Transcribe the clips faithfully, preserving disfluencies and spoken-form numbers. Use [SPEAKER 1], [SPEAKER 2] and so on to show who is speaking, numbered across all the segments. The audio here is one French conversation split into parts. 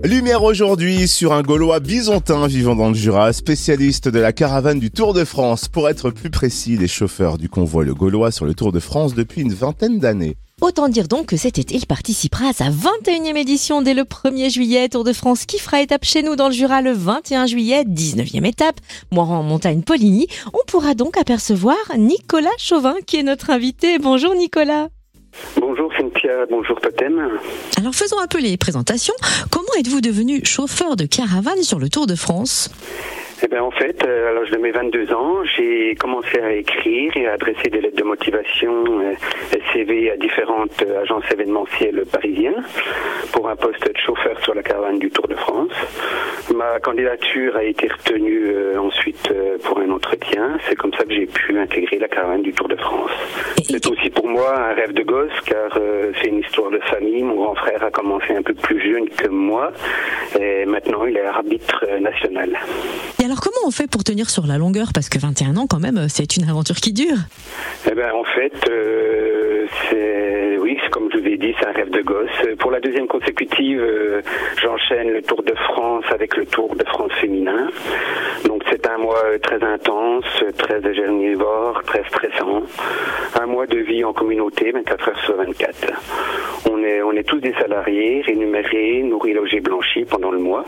[SPEAKER 1] Lumière aujourd'hui sur un Gaulois bisontin vivant dans le Jura, spécialiste de la caravane du Tour de France. Pour être plus précis, les chauffeurs du convoi Le Gaulois sur le Tour de France depuis une vingtaine d'années.
[SPEAKER 2] Autant dire donc que cet été, il participera à sa vingt et unième édition dès le premier juillet. Tour de France qui fera étape chez nous dans le Jura le vingt et un juillet, dix-neuvième étape, Moiran en montagne Poligny. On pourra donc apercevoir Nicolas Chauvin qui est notre invité. Bonjour Nicolas.
[SPEAKER 3] Bonjour Cynthia, bonjour Totem.
[SPEAKER 2] Alors faisons un peu les présentations. Comment êtes-vous devenu chauffeur de caravane sur le Tour de France ?
[SPEAKER 3] Eh bien en fait, à l'âge de mes vingt-deux ans, j'ai commencé à écrire et à adresser des lettres de motivation, S C V à différentes agences événementielles parisiennes pour un poste de chauffeur sur la caravane du Tour de France. Ma candidature a été retenue euh, ensuite euh, pour un entretien. C'est comme ça que j'ai pu intégrer la caravane du Tour de France. C'est aussi pour moi un rêve de gosse car euh, c'est une histoire de famille. Mon grand frère a commencé un peu plus jeune que moi et maintenant il est arbitre national.
[SPEAKER 2] Et alors comment on fait pour tenir sur la longueur ? Parce que vingt et un ans quand même, c'est une aventure qui dure.
[SPEAKER 3] Eh ben en fait, euh, c'est oui, c'est comme je vous ai dit, c'est un rêve de gosse. Pour la deuxième consécutive, euh, j'enchaîne le Tour de France avec le Tour de France féminin. Donc c'est un mois très intense, très énergivore, très stressant. Un mois de vie en communauté, vingt-quatre heures sur vingt-quatre. On est, on est tous des salariés, rémunérés, nourris, logés, blanchis pendant le mois.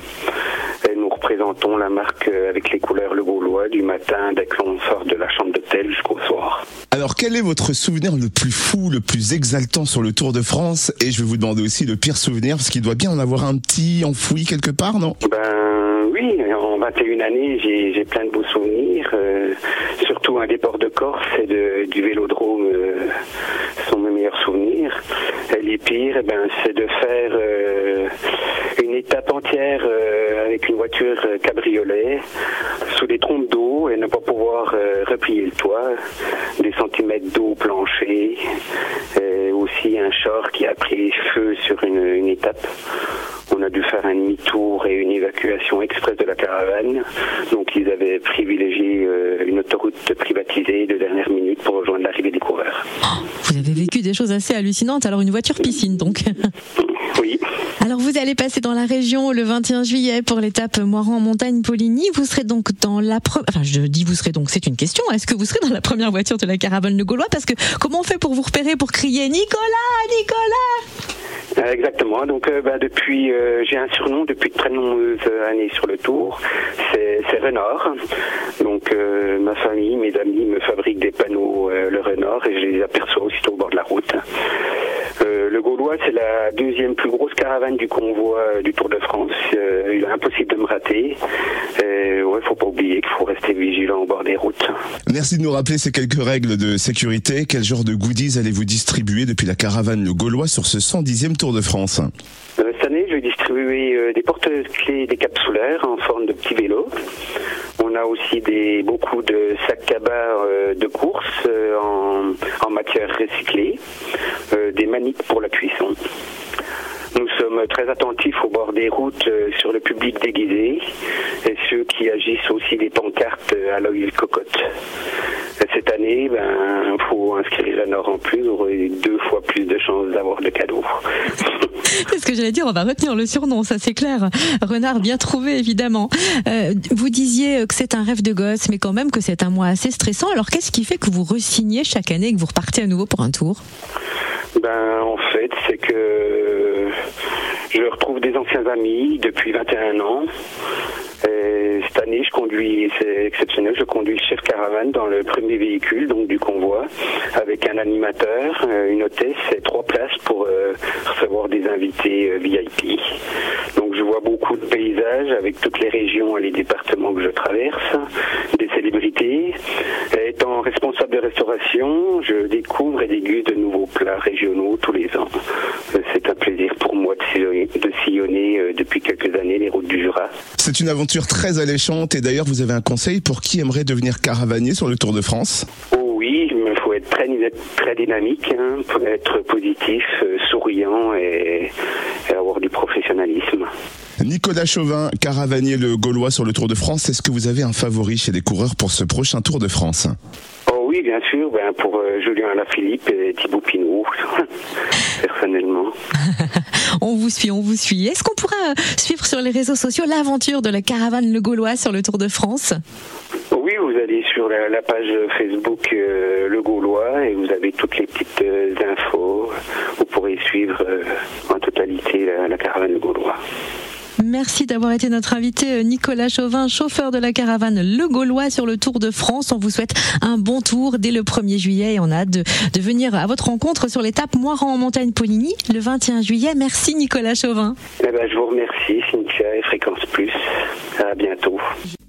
[SPEAKER 3] Et nous représentons la marque avec les couleurs Le Gaulois du matin dès que l'on sort de la chambre d'hôtel jusqu'au soir.
[SPEAKER 1] Alors quel est votre souvenir le plus fou, le plus exaltant sur le Tour de France ? Et je vais vous demander aussi le pire souvenir, parce qu'il doit bien en avoir un petit enfoui quelque part, non ?
[SPEAKER 3] Ben oui, en vingt et une années, j'ai, j'ai plein de beaux souvenirs. Euh, surtout un départ de Corse et de, du Vélodrome euh, sont mes meilleurs souvenirs. Et les pires, eh ben, c'est de faire euh, une étape entière euh, avec une voiture euh, cabriolet sous des trompes d'eau et ne pas pouvoir euh, replier le toit, des centimètres d'eau au plancher, et aussi un char qui a pris feu sur une, une étape. On a dû faire un demi-tour et une évacuation express de la caravane. Donc ils avaient privilégié euh, une autoroute privatisée de dernière minute pour rejoindre l'arrivée des coureurs.
[SPEAKER 2] Vous avez vécu des choses assez hallucinantes. Alors une voiture piscine donc.
[SPEAKER 3] Oui.
[SPEAKER 2] Alors vous allez passer dans la région le vingt et un juillet pour l'étape Moiran en montagne Poligny. Vous serez donc dans la pre... enfin je dis vous serez donc, c'est une question. Est-ce que vous serez dans la première voiture de la caravane Le Gaulois ? Parce que comment on fait pour vous repérer, pour crier Nicolas, Nicolas ?
[SPEAKER 3] Exactement. Donc euh, bah, depuis, euh, j'ai un surnom depuis de très nombreuses années sur le Tour. C'est, c'est Renard. Donc euh, ma famille, mes amis me fabriquent des panneaux euh, le Renard et je les aperçois aussitôt au bord de la route. Euh, le Gaulois, c'est la deuxième plus grosse caravane du convoi euh, du Tour de France. Euh, il est impossible de me rater. Euh, ouais, faut pas oublier qu'il faut rester vigilant au bord des routes.
[SPEAKER 1] Merci de nous rappeler ces quelques règles de sécurité. Quel genre de goodies allez-vous distribuer depuis la caravane Le Gaulois sur ce cent dixième Tour de France ?
[SPEAKER 3] euh, Cette année, je vais distribuer euh, des porte-clés décapsulaires en forme de petits vélos. On a aussi des, beaucoup de sacs cabas euh, de course euh, en, en matière recyclée, euh, des maniques pour la cuisson. Nous sommes très attentifs au bord des routes euh, sur le public déguisé et ceux qui agissent aussi des pancartes à l'œil cocotte. Et cette année, ben, faut inscrire un or en plus, vous aurez deux fois plus de chances d'avoir de cadeaux.
[SPEAKER 2] C'est ce que j'allais dire, on va retenir le surnom, ça c'est clair. Renard bien trouvé évidemment. Euh, vous disiez que c'est un rêve de gosse, mais quand même que c'est un mois assez stressant. Alors qu'est-ce qui fait que vous re-signez chaque année et que vous repartez à nouveau pour un tour ?
[SPEAKER 3] Ben en fait, c'est que je retrouve des anciens amis depuis vingt et un ans. Et cette année, je conduis, c'est exceptionnel, je conduis chef caravane dans le premier véhicule, donc du convoi, avec un animateur, une hôtesse et trois places pour euh, recevoir des invités euh, V I P. Donc je vois beaucoup de paysages avec toutes les régions et les départements que je traverse, des célébrités. Et étant responsable de restauration, je découvre et déguste de nouveaux plats régionaux tous les ans. C'est un plaisir pour moi de sillonner, de sillonner euh, depuis quelques années les routes du Jura.
[SPEAKER 1] C'est une aventure très alléchante et d'ailleurs vous avez un conseil pour qui aimerait devenir caravanier sur le Tour de France ?
[SPEAKER 3] Oh oui, il faut être très, très dynamique, hein, pour être positif, euh, souriant et, et avoir du professionnalisme.
[SPEAKER 1] Nicolas Chauvin, caravanier Le Gaulois sur le Tour de France, est-ce que vous avez un favori chez les coureurs pour ce prochain Tour de France ?
[SPEAKER 3] Oh oui, bien sûr, ben, pour euh, Julien Alaphilippe et Thibaut Pinot, personnellement.
[SPEAKER 2] On vous suit, on vous suit. Est-ce qu'on pourra suivre sur les réseaux sociaux l'aventure de la caravane Le Gaulois sur le Tour de France ?
[SPEAKER 3] Oui, vous allez sur la, la page Facebook euh, Le Gaulois et vous avez toutes les petites euh, infos. Vous pourrez suivre euh, en totalité la, la caravane Le Gaulois.
[SPEAKER 2] Merci d'avoir été notre invité, Nicolas Chauvin, chauffeur de la caravane Le Gaulois sur le Tour de France. On vous souhaite un bon tour dès le premier juillet et on a hâte de, de venir à votre rencontre sur l'étape Moirans en Montagne-Poligny le vingt et un juillet. Merci Nicolas Chauvin.
[SPEAKER 3] Eh ben, je vous remercie, Cynthia et Fréquence Plus. À bientôt.